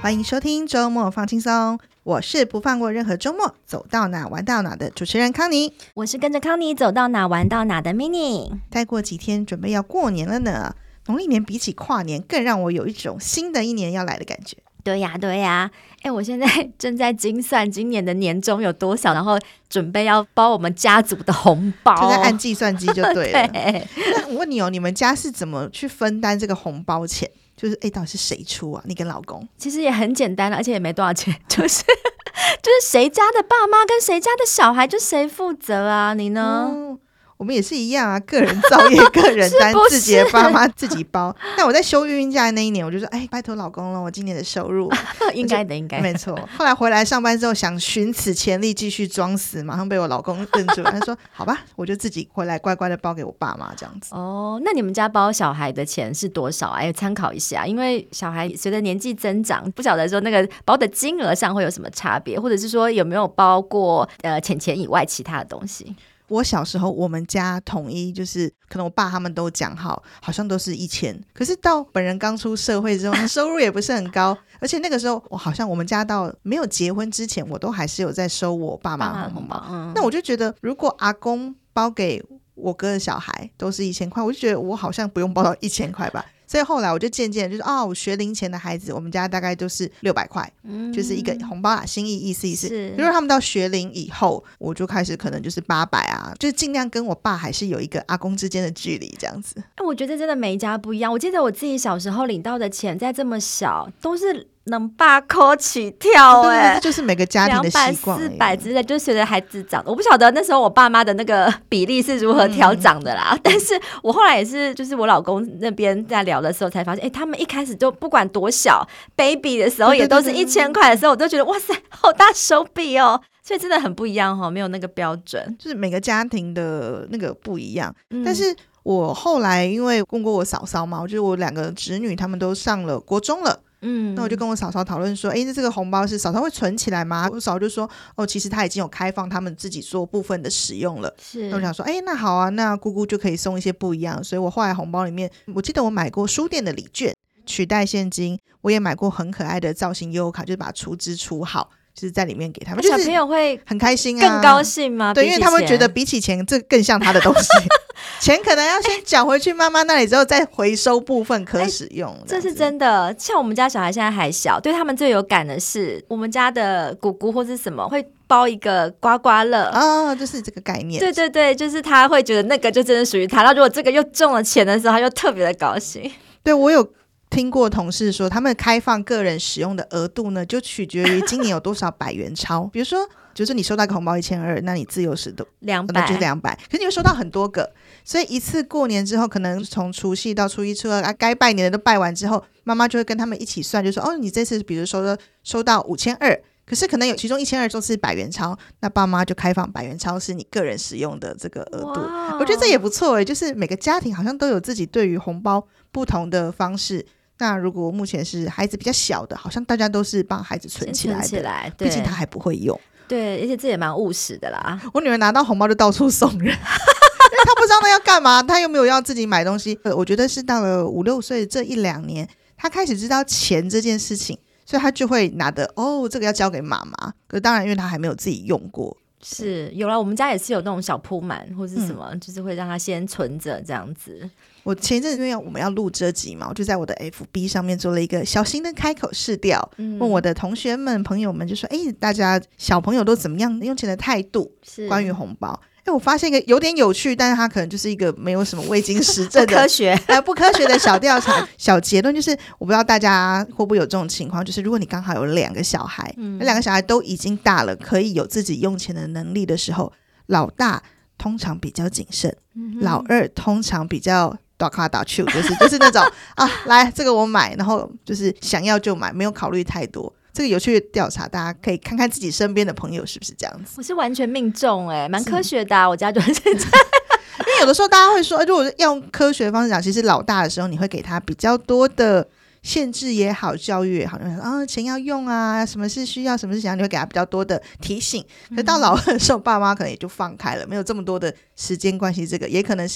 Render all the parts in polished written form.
欢迎收听周末放轻松，我是不放过任何周末，走到哪玩到哪的主持人康妮， 我是跟着康妮走到哪玩到哪的 mini。 再过几天准备要过年了呢，农历年比起跨年更让我有一种新的一年要来的感觉。 对呀对呀，我现在正在精算今年的年终有多少，然后准备要包我们家族的红包， 就在按计算机就对了。 对， 那我问你哦，你们家是怎么去分担这个红包钱？就是到底是谁出啊？你跟老公？ 其实也很简单了，而且也没多少钱，就是谁家的爸妈跟谁家的小孩就谁负责啊。你呢？ 我们也是一样啊，个人造业个人担， 是不是自己的爸妈自己包。但我在休孕假的那一年，我就说拜托老公了，我今年的收入应该的应该的没错。后来回来上班之后，想寻此潜力继续装死，马上被我老公瞪住了。他说好吧，我就自己回来乖乖的包给我爸妈这样子。 那你们家包小孩的钱是多少啊？参考一下，因为小孩随着年纪增长，不晓得说那个包的金额上会有什么差别，或者是说有没有包过钱以外其他的东西。 我小时候我们家统一就是可能我爸他们都讲好像都是1000，可是到本人刚出社会之后收入也不是很高，而且那个时候好像我们家到没有结婚之前我都还是有在收我爸妈的红包。那我就觉得如果阿公包给我哥的小孩都是1000块，我就觉得我好像不用包到1000块吧。所以后来我就渐渐就是我学龄前的孩子我们家大概都是600块，就是一个红包心意意思。如果他们到学龄以后，我就开始可能就是800啊，就是尽量跟我爸还是有一个阿公之间的距离这样子。 我觉得真的每一家不一样。我记得我自己小时候领到的钱在这么小都是能8块起跳， 对，就是每个家庭的习惯 200、400之类，就随着孩子长。我不晓得那时候我爸妈的那个比例是如何调整的啦，但是我后来也是就是我老公那边在聊的时候才发现，他们一开始就不管多小 baby 的时候也都是1000块的时候，我都觉得哇塞好大手笔哦。所以真的很不一样没有那个标准， 就是每个家庭的那个不一样。但是我后来因为问过我嫂嫂嘛，我觉得我2个侄女他们都上了国中了，那我就跟我嫂嫂讨论说那这个红包是嫂嫂会存起来吗？我嫂就说其实他已经有开放他们自己做部分的使用了。 是， 那我想说那好啊，那姑姑就可以送一些不一样。所以我后来红包里面，我记得我买过书店的礼券取代现金，我也买过很可爱的造型悠游卡，就是把储值储好，就是在里面给他们， 小朋友会很开心更高兴吗？ 对，因为他们觉得比起钱这更像他的东西钱可能要先缴回去妈妈那里之后再回收部分可使用。 这是真的。像我们家小孩现在还小，对他们最有感的是我们家的姑姑或是什么会包一个刮刮乐就是这个概念。 对对对，就是他会觉得那个就真的属于他，那如果这个又中了钱的时候他就特别的高兴。 对，我有听过同事说他们开放个人使用的额度呢，就取决于今年有多少百元钞比如说就是你收到一个红包1200，那你自由时都 200， 那就是200，可是你会收到很多个，所以一次过年之后，可能从除夕到初一初二该拜年的都拜完之后，妈妈就会跟他们一起算，就说你这次比如收到5200，可是可能有其中1200都是百元钞，那爸妈就开放百元钞是你个人使用的这个额度。我觉得这也不错就是每个家庭好像都有自己对于红包不同的方式。那如果目前是孩子比较小的，好像大家都是帮孩子存起来的，毕竟他还不会用。 对，而且这也蛮务实的啦。 我女儿拿到红包就到处送人因为她不知道那要干嘛，她又没有要自己买东西。我觉得是到了5、6岁这1-2年，她开始知道钱这件事情，所以她就会拿的这个要交给妈妈。可是当然因为她还没有自己用过。 是有啦，我们家也是有那种小铺满或是什么就是会让他先存着这样子。 我前一阵因为我们要录这集嘛，我就在我的 FB 上面做了一个小型的开口试调，问我的同学们朋友们就说大家小朋友都怎么样用钱的态度，关于红包。我发现一个有点有趣，但是它可能就是一个没有什么未经实证的不科学的小调查小结论，就是我不知道大家会不会有这种情况，就是如果你刚好有2个小孩，那2个小孩都已经大了，可以有自己用钱的能力的时候，老大通常比较谨慎，老二通常比较大卡大去，就是那种来这个我买，然后就是想要就买，没有考虑太多。这个有趣的调查，大家可以看看自己身边的朋友是不是这样子。 我是完全命中蛮科学的我家就是这样因为有的时候大家会说如果要用科学的方式讲，其实老大的时候你会给他比较多的限制也好，教育也好，钱要用什么是需要，什么是想要，你会给他比较多的提醒。可是到老二的时候，爸妈可能也就放开了，没有这么多的时间关系。这个也可能是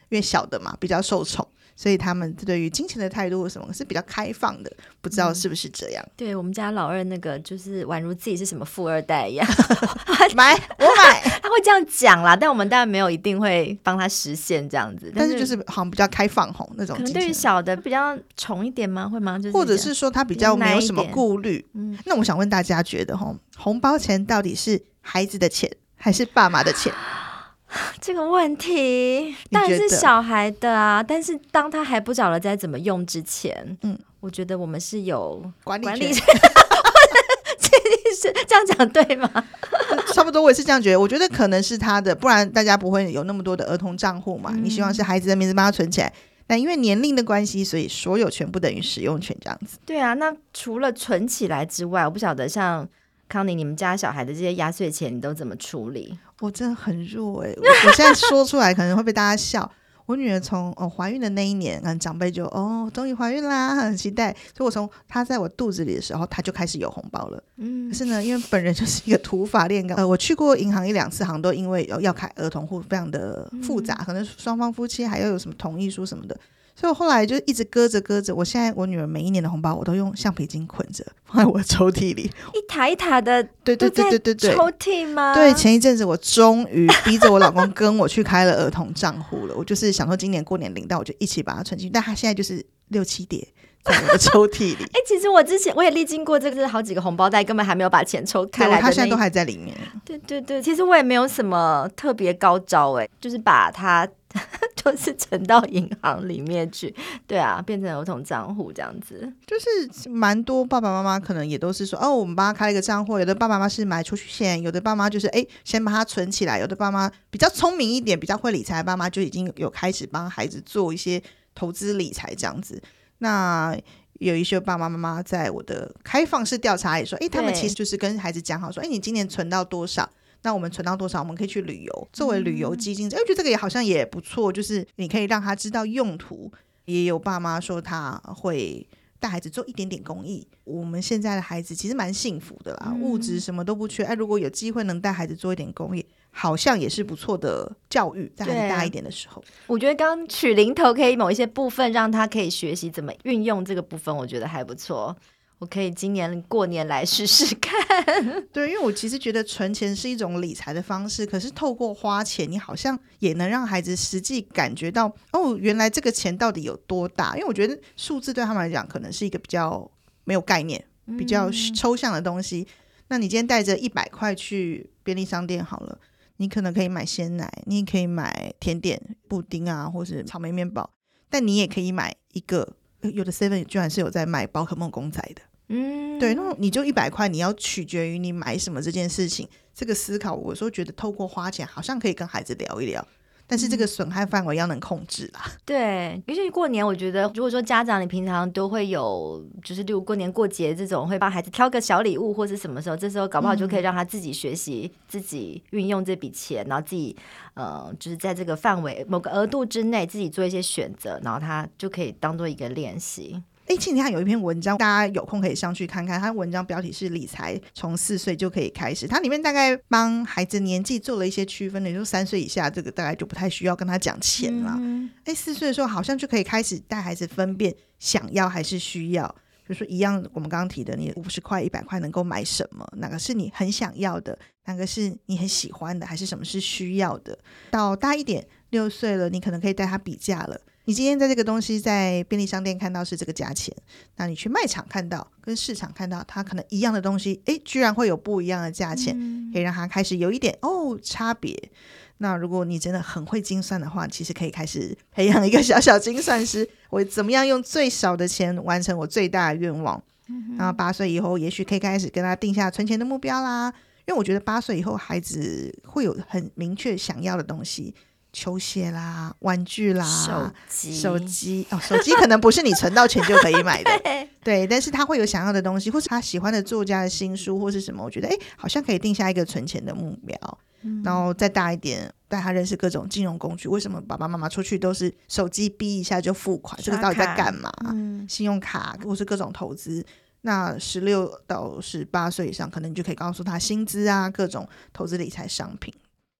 因为小的嘛比较受宠，所以他们对于金钱的态度什么是比较开放的，不知道是不是这样。 对，我们家老二那个就是宛如自己是什么富二代一样我买他会这样讲啦，但我们当然没有一定会帮他实现这样子， 但是就是好像比较开放那种金钱，可能对于小的比较宠一点吗？会吗？就是、 或者是说他比较没有什么顾虑。那我想问大家觉得红包钱到底是孩子的钱还是爸妈的钱？ 这个问题当然是小孩的啊，但是当他还不晓得在怎么用之前，我觉得我们是有管理权是这样讲对吗？ 差不多，我也是这样觉得。我觉得可能是他的，不然大家不会有那么多的儿童账户嘛。你希望是孩子的名字帮他存起来，但因为年龄的关系，所以所有权不等于使用权这样子。 对啊，那除了存起来之外，我不晓得像康妮你们家小孩的这些压岁钱你都怎么处理？ 我真的很弱我现在说出来可能会被大家笑。我女儿从怀孕的那一年，长辈就终于怀孕啦，很期待。所以我从她在我肚子里的时候，她就开始有红包了。可是呢，因为本人就是一个土法炼钢，我去过银行1-2次，好像都因为要开儿童户，非常的复杂，可能双方夫妻还要有什么同意书什么的。所以我后来就一直搁着，我现在我女儿每一年的红包我都用橡皮筋捆着放在我的抽屉里， 一沓一沓的。对抽屉吗？ 对，前一阵子我终于逼着我老公跟我去开了儿童账户了。我就是想说今年过年领到我就一起把它存进去，但他现在就是6-7叠在我的抽屉里。 其实我之前我也历经过这个好几个红包袋，根本还没有把钱抽开来， 他现在都还在里面。 对，其实我也没有什么特别高招就是把它就是存到银行里面去，对啊，变成儿童账户这样子。 就是蛮多爸爸妈妈可能也都是说我们帮他开了一个账户，有的爸爸妈妈是买储蓄险，有的爸妈就是先把它存起来，有的爸妈比较聪明一点比较会理财的爸妈就已经有开始帮孩子做一些投资理财这样子。那有一些爸爸妈妈在我的开放式调查也说他们其实就是跟孩子讲好说你今年存到多少，那我们存到多少我们可以去旅游，作为旅游基金。我觉得这个也好像也不错，就是你可以让他知道用途。也有爸妈说他会带孩子做一点点公益。我们现在的孩子其实蛮幸福的啦，物质什么都不缺。如果有机会能带孩子做一点公益，好像也是不错的教育，在孩子大一点的时候。 我觉得刚取零头可以某一些部分让他可以学习怎么运用这个部分，我觉得还不错。我可以今年过年来试试看。 对，因为我其实觉得存钱是一种理财的方式，可是透过花钱你好像也能让孩子实际感觉到原来这个钱到底有多大。因为我觉得数字对他们来讲可能是一个比较没有概念比较抽象的东西。那你今天带着100块去便利商店好了，你可能可以买鲜奶，你也可以买甜点布丁啊，或是草莓面包，但你也可以买一个有的 7 居然是有在卖宝可梦公仔的。对，那你就100块，你要取决于你买什么这件事情。这个思考我说觉得透过花钱好像可以跟孩子聊一聊，但是这个损害范围要能控制啦。 对，尤其过年我觉得如果说家长你平常都会有就是例如过年过节这种会帮孩子挑个小礼物或是什么时候，这时候搞不好就可以让他自己学习自己运用这笔钱，然后自己就是在这个范围某个额度之内自己做一些选择，然后他就可以当做一个练习。 前几天有一篇文章，大家有空可以上去看看，它文章标题是理财从4岁就可以开始，它里面大概帮孩子年纪做了一些区分，也就是3岁以下这个大概就不太需要跟他讲钱啦。4岁的时候好像就可以开始带孩子分辨想要还是需要，比如说一样我们刚刚提的你50块100块能够买什么，哪个是你很想要的，哪个是你很喜欢的，还是什么是需要的。到大一点6岁了，你可能可以带他比价了，你今天在这个东西在便利商店看到是这个价钱，那你去卖场看到跟市场看到它可能一样的东西居然会有不一样的价钱，可以让它开始有一点差别。那如果你真的很会精算的话，其实可以开始培养一个小小精算师，我怎么样用最少的钱完成我最大的愿望。然后8岁以后也许可以开始跟他定下存钱的目标啦，因为我觉得8岁以后孩子会有很明确想要的东西，球鞋啦玩具啦手机可能不是你存到钱就可以买的对，但是他会有想要的东西，或是他喜欢的作家的新书或是什么，我觉得好像可以定下一个存钱的目标。然后再大一点带他认识各种金融工具，为什么爸爸妈妈出去都是手机逼一下就付款，这个到底在干嘛？信用卡或是各种投资。那16到18岁以上可能你就可以告诉他薪资啊各种投资理财商品。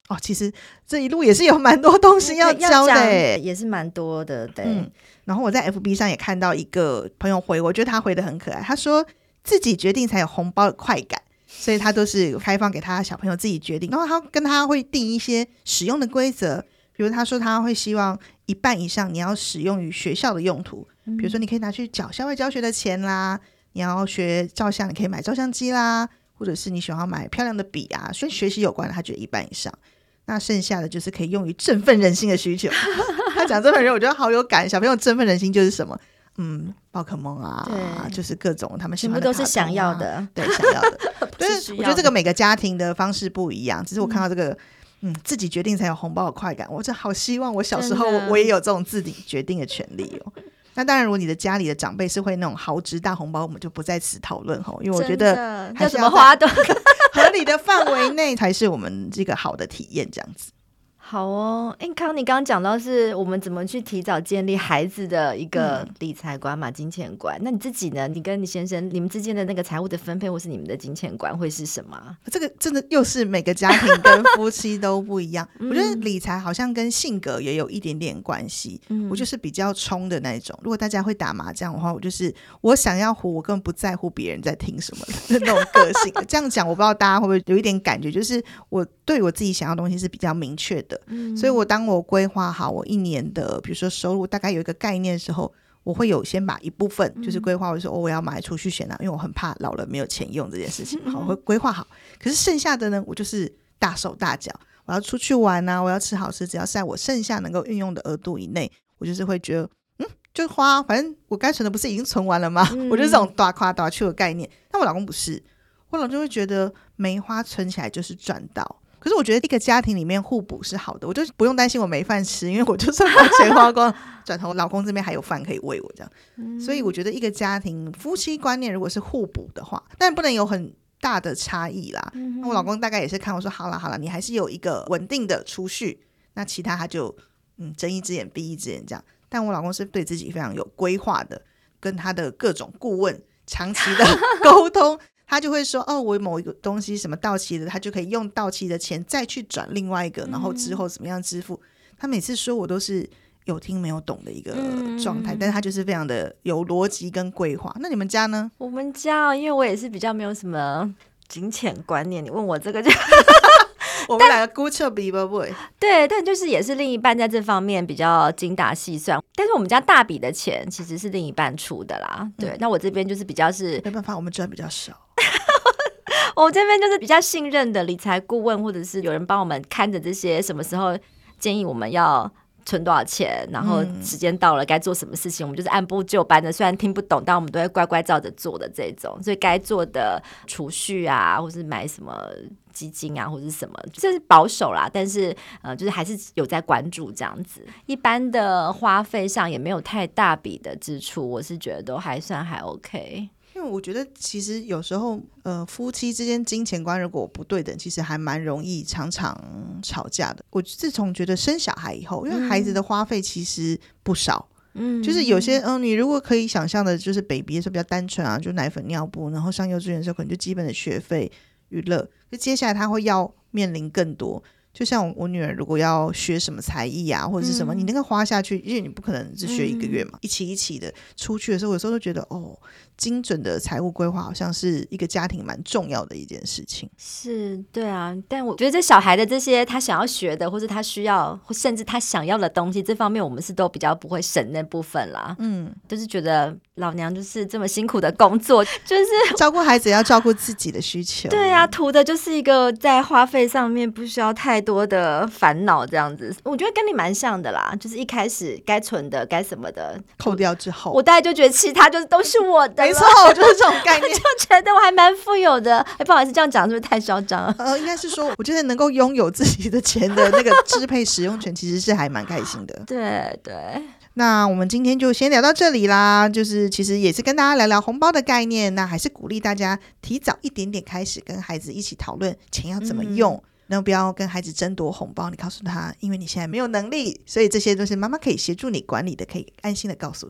其实这一路也是有蛮多东西要教的也是蛮多的，对。 然后我在 FB 上也看到一个朋友回我觉得他回得很可爱，他说自己决定才有红包的快感，所以他都是开放给他小朋友自己决定，然后他跟他会定一些使用的规则，比如他说他会希望一半以上你要使用于学校的用途，比如说你可以拿去缴校外教学的钱啦，你要学照相你可以买照相机啦，或者是你喜欢买漂亮的笔啊，跟学习有关的他觉得一半以上，那剩下的就是可以用于振奋人心的需求他讲振奋人我觉得好有感，小朋友振奋人心就是什么宝可梦啊，就是各种他们喜欢的卡通全部都是想要的， 对，想要的对，我觉得这个每个家庭的方式不一样，只是我看到这个自己决定才有红包的快感，我真好希望我小时候我也有这种自己决定的权利哦。那当然如果你的家里的长辈是会那种豪值大红包，我们就不在此讨论哦，因为我觉得还是要在合理的范围内才是我们这个好的体验这样子。 好哦，康，你刚刚讲到是我们怎么去提早建立孩子的一个理财观嘛，金钱观。那你自己呢？你跟你先生你们之间的那个财务的分配，或是你们的金钱观会是什么？ 这个真的又是每个家庭跟夫妻都不一样。我觉得理财好像跟性格也有一点点关系。我就是比较冲的那一种。如果大家会打麻将的话，我就是我想要胡，我根本不在乎别人在听什么的那种个性。这样讲，我不知道大家会不会有一点感觉，就是我对我自己想要的东西是比较明确的。所以当我规划好我一年的比如说收入大概有一个概念的时候，我会有先把一部分就是规划，我说我要买储蓄险啊，因为我很怕老了没有钱用这件事情，好，我会规划好。可是剩下的呢，我就是大手大脚，我要出去玩啊，我要吃好吃，只要是在我剩下能够运用的额度以内，我就是会觉得就花，反正我该存的不是已经存完了吗？我就是这种大夸大去的概念。但我老公不是，我老公会觉得没花存起来就是赚到。可是我觉得一个家庭里面互补是好的，我就不用担心我没饭吃，因为我就算把钱花光转头老公这边还有饭可以喂我这样。所以我觉得一个家庭夫妻观念如果是互补的话，但不能有很大的差异啦。我老公大概也是看我说好了你还是有一个稳定的储蓄，那其他他就睁一只眼闭一只眼这样。但我老公是对自己非常有规划的，跟他的各种顾问长期的沟通他就会说我某一个东西什么到期的，他就可以用到期的钱再去转另外一个，然后之后怎么样支付。他每次说我都是有听没有懂的一个状态，但是他就是非常的有逻辑跟规划。那你们家呢？ 我们家因为我也是比较没有什么金钱观念，你问我这个就我们两个孤彻比不会对，但就是也是另一半在这方面比较精打细算，但是我们家大笔的钱其实是另一半出的啦。对，那我这边就是比较是没办法，我们赚比较少我这边就是比较信任的理财顾问，或者是有人帮我们看着这些什么时候建议我们要存多少钱，然后时间到了该做什么事情，我们就是按部就班的，虽然听不懂但我们都会乖乖照着做的这种。所以该做的储蓄啊，或是买什么基金啊，或是什么，这是保守啦，但是就是还是有在关注这样子。一般的花费上也没有太大笔的支出，我是觉得都还算还 OK。 因为我觉得其实有时候夫妻之间金钱观如果不对等，其实还蛮容易常常吵架的。我自从觉得生小孩以后，因为孩子的花费其实不少，就是有些你如果可以想象的就是baby的时候比较单纯啊，就奶粉尿布，然后上幼稚园的时候可能就基本的学费娱乐，就接下来他会要面临更多。就像我女儿如果要学什么才艺啊或者是什么，你那个花下去，因为你不可能只学一个月嘛，一期一期的出去的时候，有时候都觉得精准的财务规划好像是一个家庭蛮重要的一件事情。 是，对啊，但我觉得这小孩的这些他想要学的，或是他需要，或甚至他想要的东西，这方面我们是都比较不会省那部分啦。就是觉得老娘就是这么辛苦的工作，就是照顾孩子要照顾自己的需求。 对啊，图的就是一个在花费上面不需要太多的烦恼这样子。我觉得跟你蛮像的啦，就是一开始该存的该什么的扣掉之后， 我大概就觉得其他就是都是我的了。 没错，就是这种概念就觉得我还蛮富有的。不好意思，这样讲是不是太嚣张了？ 应该是说我觉得能够拥有自己的钱的那个支配使用权其实是还蛮开心的。 对对， 那我们今天就先聊到这里啦，就是其实也是跟大家聊聊红包的概念，那还是鼓励大家提早一点点开始跟孩子一起讨论钱要怎么用，然后不要跟孩子争夺红包，你告诉他因为你现在没有能力，所以这些都是妈妈可以协助你管理的，可以安心的告诉他。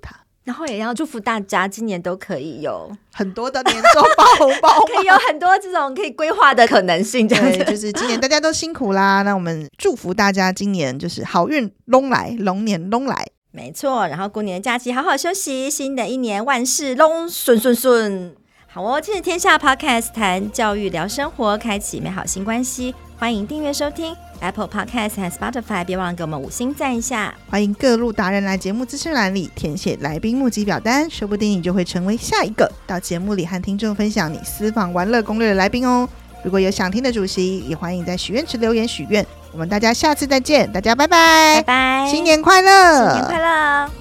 然后也要祝福大家今年都可以有很多的年终包红包可以有很多这种可以规划的可能性，这样子。 对，就是今年大家都辛苦啦，那我们祝福大家今年就是好运龙来，龙年龙来。 没错，然后过年的假期好好休息，新的一年万事龙顺顺顺。好哦，亲子天下 Podcast 谈教育聊生活，开启美好新关系，欢迎订阅收听 Apple Podcast 和 Spotify， 别忘了给我们5星赞一下。 欢迎各路达人来节目资讯栏里填写来宾募集表单，说不定你就会成为下一个到节目里和听众分享你私房玩乐攻略的来宾哦。如果有想听的主题，也欢迎在许愿池留言许愿。我们大家下次再见，大家拜拜， 拜拜， 新年快乐， 新年快乐。